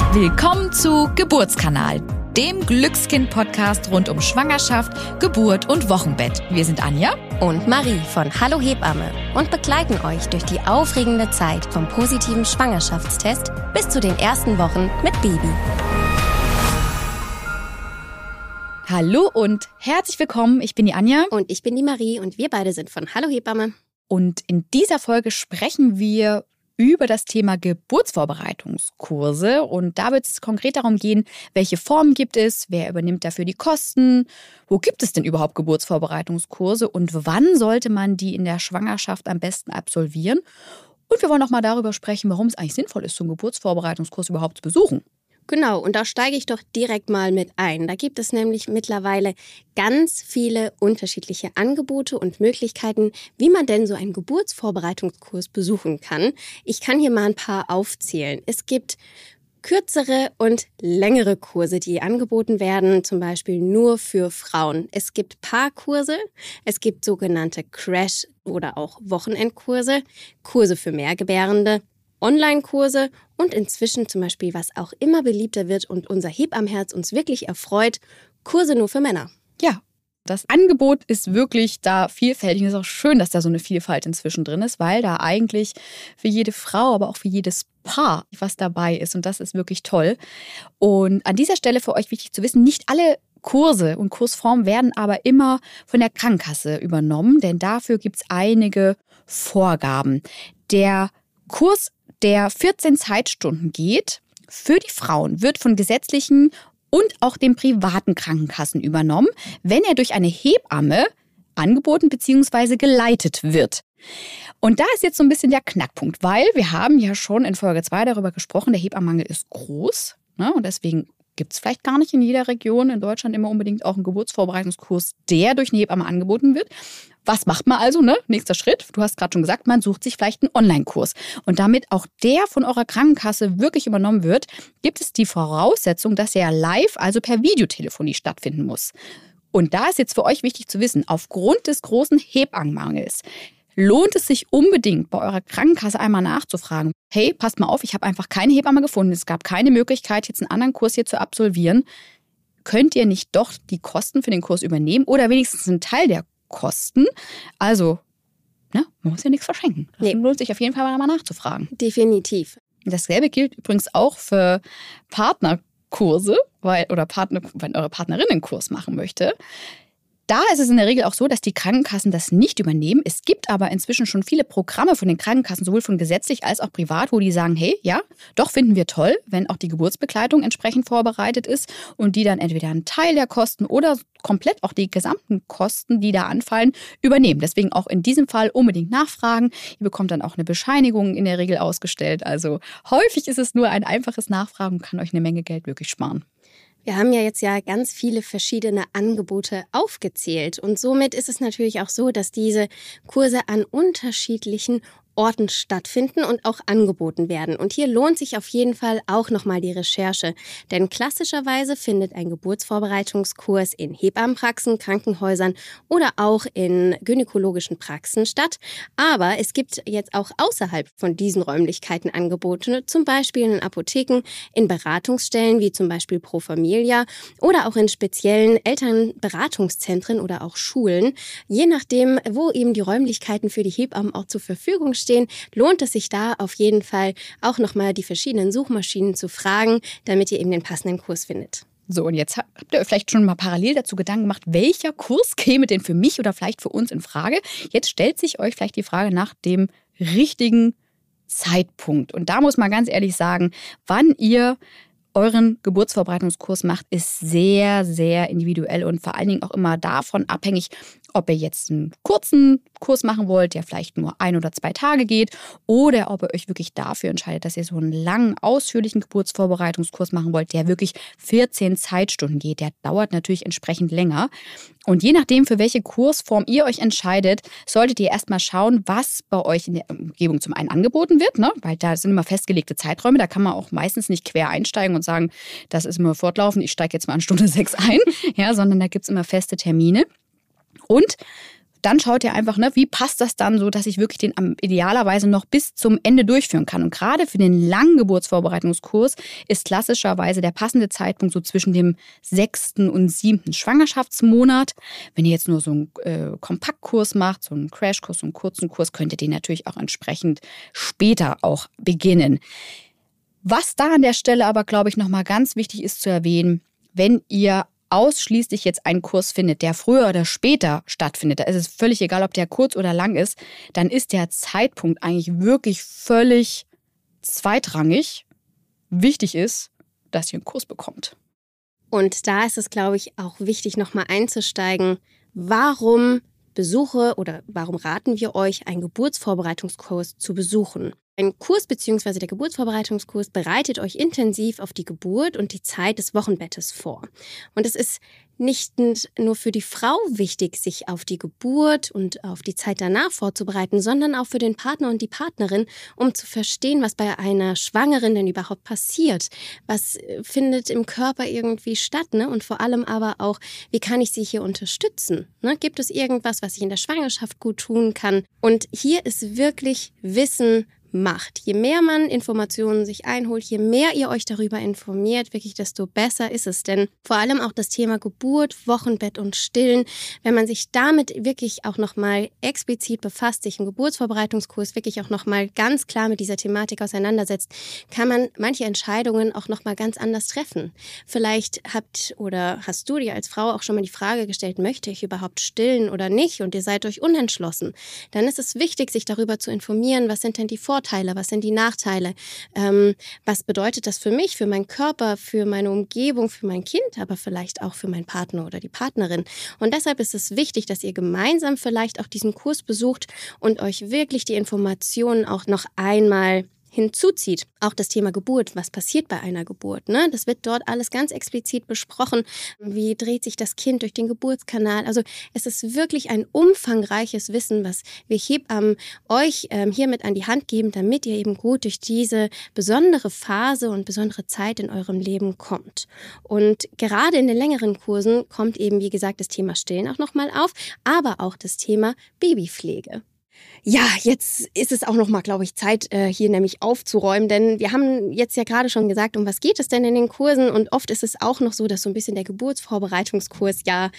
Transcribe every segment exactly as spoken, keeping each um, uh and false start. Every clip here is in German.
Willkommen zu Geburtskanal, dem Glückskind-Podcast rund um Schwangerschaft, Geburt und Wochenbett. Wir sind Anja und Marie von Hallo Hebamme und begleiten euch durch die aufregende Zeit vom positiven Schwangerschaftstest bis zu den ersten Wochen mit Baby. Hallo und herzlich willkommen, ich bin die Anja. Und ich bin die Marie und wir beide sind von Hallo Hebamme. Und in dieser Folge sprechen wir über das Thema Geburtsvorbereitungskurse. Und da wird es konkret darum gehen, welche Formen gibt es, wer übernimmt dafür die Kosten, wo gibt es denn überhaupt Geburtsvorbereitungskurse und wann sollte man die in der Schwangerschaft am besten absolvieren. Und wir wollen auch mal darüber sprechen, warum es eigentlich sinnvoll ist, so einen Geburtsvorbereitungskurs überhaupt zu besuchen. Genau, und da steige ich doch direkt mal mit ein. Da gibt es nämlich mittlerweile ganz viele unterschiedliche Angebote und Möglichkeiten, wie man denn so einen Geburtsvorbereitungskurs besuchen kann. Ich kann hier mal ein paar aufzählen. Es gibt kürzere und längere Kurse, die angeboten werden, zum Beispiel nur für Frauen. Es gibt Paarkurse, es gibt sogenannte Crash- oder auch Wochenendkurse, Kurse für Mehrgebärende, Online-Kurse und inzwischen zum Beispiel, was auch immer beliebter wird und unser Hebammenherz uns wirklich erfreut, Kurse nur für Männer. Ja, das Angebot ist wirklich da vielfältig. Es ist auch schön, dass da so eine Vielfalt inzwischen drin ist, weil da eigentlich für jede Frau, aber auch für jedes Paar was dabei ist. Und das ist wirklich toll. Und an dieser Stelle für euch wichtig zu wissen, nicht alle Kurse und Kursformen werden aber immer von der Krankenkasse übernommen, denn dafür gibt es einige Vorgaben. Der Kurs, der vierzehn Zeitstunden geht, für die Frauen wird von gesetzlichen und auch den privaten Krankenkassen übernommen, wenn er durch eine Hebamme angeboten bzw. geleitet wird. Und da ist jetzt so ein bisschen der Knackpunkt, weil wir haben ja schon in Folge zwei darüber gesprochen, der Hebammenmangel ist groß, ne, und deswegen gibt es vielleicht gar nicht in jeder Region in Deutschland immer unbedingt auch einen Geburtsvorbereitungskurs, der durch eine Hebamme angeboten wird. Was macht man also, ne? Nächster Schritt, du hast gerade schon gesagt, man sucht sich vielleicht einen Online-Kurs. Und damit auch der von eurer Krankenkasse wirklich übernommen wird, gibt es die Voraussetzung, dass er live, also per Videotelefonie stattfinden muss. Und da ist jetzt für euch wichtig zu wissen, aufgrund des großen Hebammenmangels lohnt es sich unbedingt, bei eurer Krankenkasse einmal nachzufragen. Hey, passt mal auf, ich habe einfach keine Hebamme gefunden. Es gab keine Möglichkeit, jetzt einen anderen Kurs hier zu absolvieren. Könnt ihr nicht doch die Kosten für den Kurs übernehmen oder wenigstens einen Teil der Kosten? Also, ne, man muss ja nichts verschenken. Das nee. lohnt sich auf jeden Fall mal nachzufragen. Definitiv. Dasselbe gilt übrigens auch für Partnerkurse, weil, oder Partner, wenn eure Partnerin einen Kurs machen möchte. Da ist es in der Regel auch so, dass die Krankenkassen das nicht übernehmen. Es gibt aber inzwischen schon viele Programme von den Krankenkassen, sowohl von gesetzlich als auch privat, wo die sagen, hey, ja, doch finden wir toll, wenn auch die Geburtsbegleitung entsprechend vorbereitet ist und die dann entweder einen Teil der Kosten oder komplett auch die gesamten Kosten, die da anfallen, übernehmen. Deswegen auch in diesem Fall unbedingt nachfragen. Ihr bekommt dann auch eine Bescheinigung in der Regel ausgestellt. Also häufig ist es nur ein einfaches Nachfragen und kann euch eine Menge Geld wirklich sparen. Wir haben ja jetzt ja ganz viele verschiedene Angebote aufgezählt und somit ist es natürlich auch so, dass diese Kurse an unterschiedlichen Orten stattfinden und auch angeboten werden. Und hier lohnt sich auf jeden Fall auch nochmal die Recherche. Denn klassischerweise findet ein Geburtsvorbereitungskurs in Hebammenpraxen, Krankenhäusern oder auch in gynäkologischen Praxen statt. Aber es gibt jetzt auch außerhalb von diesen Räumlichkeiten Angebote, zum Beispiel in Apotheken, in Beratungsstellen wie zum Beispiel Pro Familia oder auch in speziellen Elternberatungszentren oder auch Schulen. Je nachdem, wo eben die Räumlichkeiten für die Hebammen auch zur Verfügung stehen, lohnt es sich da auf jeden Fall auch nochmal die verschiedenen Suchmaschinen zu fragen, damit ihr eben den passenden Kurs findet. So, und jetzt habt ihr euch vielleicht schon mal parallel dazu Gedanken gemacht, welcher Kurs käme denn für mich oder vielleicht für uns in Frage? Jetzt stellt sich euch vielleicht die Frage nach dem richtigen Zeitpunkt. Und da muss man ganz ehrlich sagen, wann ihr euren Geburtsvorbereitungskurs macht, ist sehr, sehr individuell und vor allen Dingen auch immer davon abhängig, ob ihr jetzt einen kurzen Kurs machen wollt, der vielleicht nur ein oder zwei Tage geht, oder ob ihr euch wirklich dafür entscheidet, dass ihr so einen langen, ausführlichen Geburtsvorbereitungskurs machen wollt, der wirklich vierzehn Zeitstunden geht. Der dauert natürlich entsprechend länger. Und je nachdem, für welche Kursform ihr euch entscheidet, solltet ihr erstmal schauen, was bei euch in der Umgebung zum einen angeboten wird, ne? Weil da sind immer festgelegte Zeiträume, da kann man auch meistens nicht quer einsteigen und sagen, das ist immer fortlaufend, ich steige jetzt mal an Stunde sechs ein, ja, sondern da gibt es immer feste Termine. Und Dann schaut ihr einfach, ne, wie passt das dann so, dass ich wirklich den idealerweise noch bis zum Ende durchführen kann. Und gerade für den langen Geburtsvorbereitungskurs ist klassischerweise der passende Zeitpunkt so zwischen dem sechsten und siebten Schwangerschaftsmonat. Wenn ihr jetzt nur so einen äh, Kompaktkurs macht, so einen Crashkurs, so einen kurzen Kurs, könnt ihr den natürlich auch entsprechend später auch beginnen. Was da an der Stelle aber, glaube ich, nochmal ganz wichtig ist zu erwähnen, wenn ihr ausschließlich jetzt einen Kurs findet, der früher oder später stattfindet, da ist es völlig egal, ob der kurz oder lang ist, dann ist der Zeitpunkt eigentlich wirklich völlig zweitrangig. Wichtig ist, dass ihr einen Kurs bekommt. Und da ist es, glaube ich, auch wichtig, nochmal einzusteigen, warum besuche oder warum raten wir euch, einen Geburtsvorbereitungskurs zu besuchen. Ein Kurs bzw. der Geburtsvorbereitungskurs bereitet euch intensiv auf die Geburt und die Zeit des Wochenbettes vor. Und es ist nicht nur für die Frau wichtig, sich auf die Geburt und auf die Zeit danach vorzubereiten, sondern auch für den Partner und die Partnerin, um zu verstehen, was bei einer Schwangeren denn überhaupt passiert. Was findet im Körper irgendwie statt, ne? Und vor allem aber auch, wie kann ich sie hier unterstützen? Ne? Gibt es irgendwas, was ich in der Schwangerschaft gut tun kann? Und hier ist wirklich Wissen macht. Je mehr man Informationen sich einholt, je mehr ihr euch darüber informiert, wirklich, desto besser ist es. Denn vor allem auch das Thema Geburt, Wochenbett und Stillen, wenn man sich damit wirklich auch nochmal explizit befasst, sich im Geburtsvorbereitungskurs wirklich auch nochmal ganz klar mit dieser Thematik auseinandersetzt, kann man manche Entscheidungen auch nochmal ganz anders treffen. Vielleicht habt oder hast du dir als Frau auch schon mal die Frage gestellt, möchte ich überhaupt stillen oder nicht? Und ihr seid euch unentschlossen. Dann ist es wichtig, sich darüber zu informieren, was sind denn die Vorteile, was sind die Nachteile, ähm, was bedeutet das für mich, für meinen Körper, für meine Umgebung, für mein Kind, aber vielleicht auch für meinen Partner oder die Partnerin. Und deshalb ist es wichtig, dass ihr gemeinsam vielleicht auch diesen Kurs besucht und euch wirklich die Informationen auch noch einmal hinzuzieht. Auch das Thema Geburt, was passiert bei einer Geburt, ne? Das wird dort alles ganz explizit besprochen. Wie dreht sich das Kind durch den Geburtskanal? Also es ist wirklich ein umfangreiches Wissen, was wir Hebammen euch ähm, hier mit an die Hand geben, damit ihr eben gut durch diese besondere Phase und besondere Zeit in eurem Leben kommt. Und gerade in den längeren Kursen kommt eben, wie gesagt, das Thema Stillen auch nochmal auf, aber auch das Thema Babypflege. Ja, jetzt ist es auch noch mal, glaube ich, Zeit, hier nämlich aufzuräumen, denn wir haben jetzt ja gerade schon gesagt, um was geht es denn in den Kursen? Und oft ist es auch noch so, dass so ein bisschen der Geburtsvorbereitungskurs ja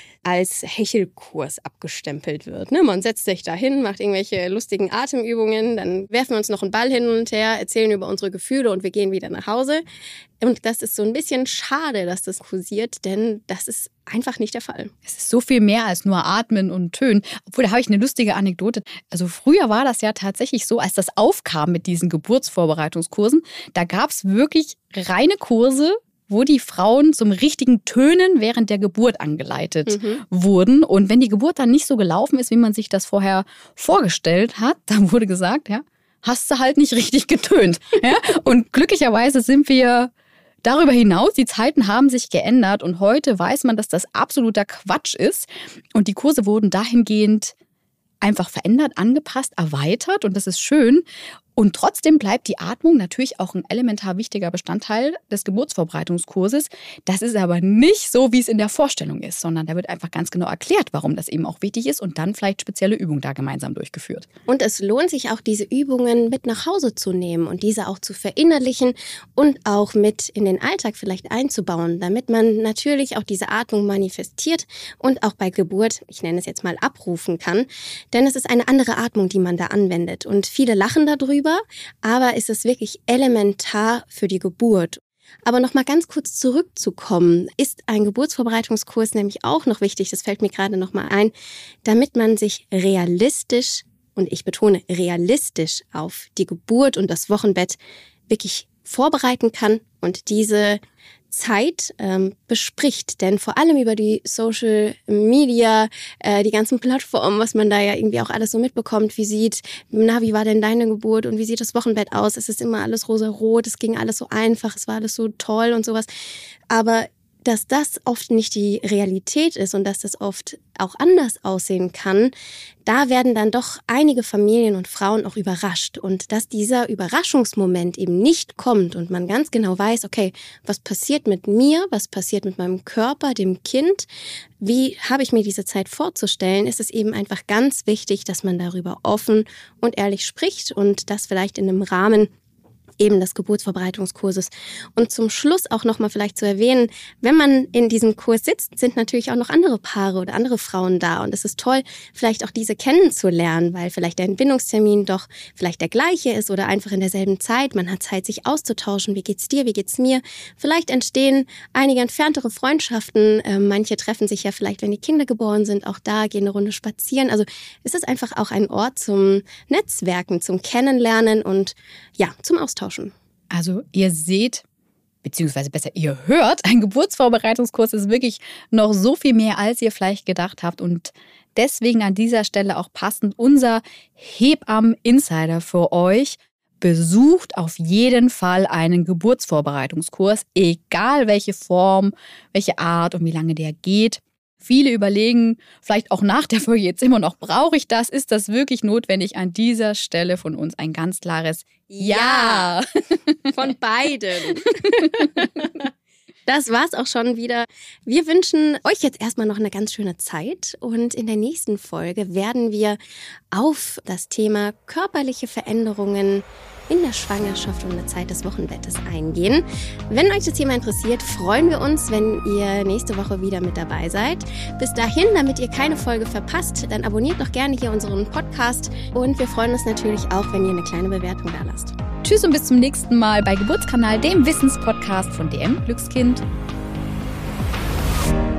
als Hechelkurs abgestempelt wird. Ne? Man setzt sich da hin, macht irgendwelche lustigen Atemübungen, dann werfen wir uns noch einen Ball hin und her, erzählen über unsere Gefühle und wir gehen wieder nach Hause. Und das ist so ein bisschen schade, dass das kursiert, denn das ist einfach nicht der Fall. Es ist so viel mehr als nur Atmen und Tönen. Obwohl, da habe ich eine lustige Anekdote. Also früher war das ja tatsächlich so, als das aufkam mit diesen Geburtsvorbereitungskursen, da gab es wirklich reine Kurse, wo die Frauen zum richtigen Tönen während der Geburt angeleitet mhm. wurden. Und wenn die Geburt dann nicht so gelaufen ist, wie man sich das vorher vorgestellt hat, dann wurde gesagt, ja, hast du halt nicht richtig getönt. Ja? Und glücklicherweise sind wir darüber hinaus, die Zeiten haben sich geändert und heute weiß man, dass das absoluter Quatsch ist. Und die Kurse wurden dahingehend einfach verändert, angepasst, erweitert und das ist schön. Und trotzdem bleibt die Atmung natürlich auch ein elementar wichtiger Bestandteil des Geburtsvorbereitungskurses. Das ist aber nicht so, wie es in der Vorstellung ist, sondern da wird einfach ganz genau erklärt, warum das eben auch wichtig ist und dann vielleicht spezielle Übungen da gemeinsam durchgeführt. Und es lohnt sich auch, diese Übungen mit nach Hause zu nehmen und diese auch zu verinnerlichen und auch mit in den Alltag vielleicht einzubauen, damit man natürlich auch diese Atmung manifestiert und auch bei Geburt, ich nenne es jetzt mal, abrufen kann. Denn es ist eine andere Atmung, die man da anwendet. Und viele lachen darüber, aber es ist wirklich elementar für die Geburt. Aber noch mal ganz kurz zurückzukommen, ist ein Geburtsvorbereitungskurs nämlich auch noch wichtig, das fällt mir gerade noch mal ein, damit man sich realistisch, und ich betone realistisch, auf die Geburt und das Wochenbett wirklich vorbereiten kann und diese Zeit ähm, bespricht. Denn vor allem über die Social Media, äh, die ganzen Plattformen, was man da ja irgendwie auch alles so mitbekommt, wie sieht, na, wie war denn deine Geburt und wie sieht das Wochenbett aus? Es ist immer alles rosa-rot, es ging alles so einfach, es war alles so toll und sowas. Aber dass das oft nicht die Realität ist und dass das oft auch anders aussehen kann, da werden dann doch einige Familien und Frauen auch überrascht. Und dass dieser Überraschungsmoment eben nicht kommt und man ganz genau weiß, okay, was passiert mit mir, was passiert mit meinem Körper, dem Kind, wie habe ich mir diese Zeit vorzustellen, ist es eben einfach ganz wichtig, dass man darüber offen und ehrlich spricht und das vielleicht in einem Rahmen eben des Geburtsvorbereitungskurses. Und zum Schluss auch nochmal vielleicht zu erwähnen, wenn man in diesem Kurs sitzt, sind natürlich auch noch andere Paare oder andere Frauen da. Und es ist toll, vielleicht auch diese kennenzulernen, weil vielleicht der Entbindungstermin doch vielleicht der gleiche ist oder einfach in derselben Zeit. Man hat Zeit, sich auszutauschen. Wie geht's dir? Wie geht's mir? Vielleicht entstehen einige entferntere Freundschaften. Ähm, manche treffen sich ja vielleicht, wenn die Kinder geboren sind, auch da, gehen eine Runde spazieren. Also es ist einfach auch ein Ort zum Netzwerken, zum Kennenlernen und ja, zum Austauschen. Also ihr seht, beziehungsweise besser ihr hört, ein Geburtsvorbereitungskurs ist wirklich noch so viel mehr, als ihr vielleicht gedacht habt. Und deswegen an dieser Stelle auch passend unser Hebammen-Insider für euch. Besucht auf jeden Fall einen Geburtsvorbereitungskurs, egal welche Form, welche Art und wie lange der geht. Viele überlegen, vielleicht auch nach der Folge jetzt immer noch, brauche ich das? Ist das wirklich notwendig? An dieser Stelle von uns ein ganz klares Ja. Von beiden. Das war's auch schon wieder. Wir wünschen euch jetzt erstmal noch eine ganz schöne Zeit und in der nächsten Folge werden wir auf das Thema körperliche Veränderungen in der Schwangerschaft und der Zeit des Wochenbettes eingehen. Wenn euch das Thema interessiert, freuen wir uns, wenn ihr nächste Woche wieder mit dabei seid. Bis dahin, damit ihr keine Folge verpasst, dann abonniert doch gerne hier unseren Podcast und wir freuen uns natürlich auch, wenn ihr eine kleine Bewertung da lasst. Tschüss und bis zum nächsten Mal bei Geburtskanal, dem Wissenspodcast von D M Glückskind.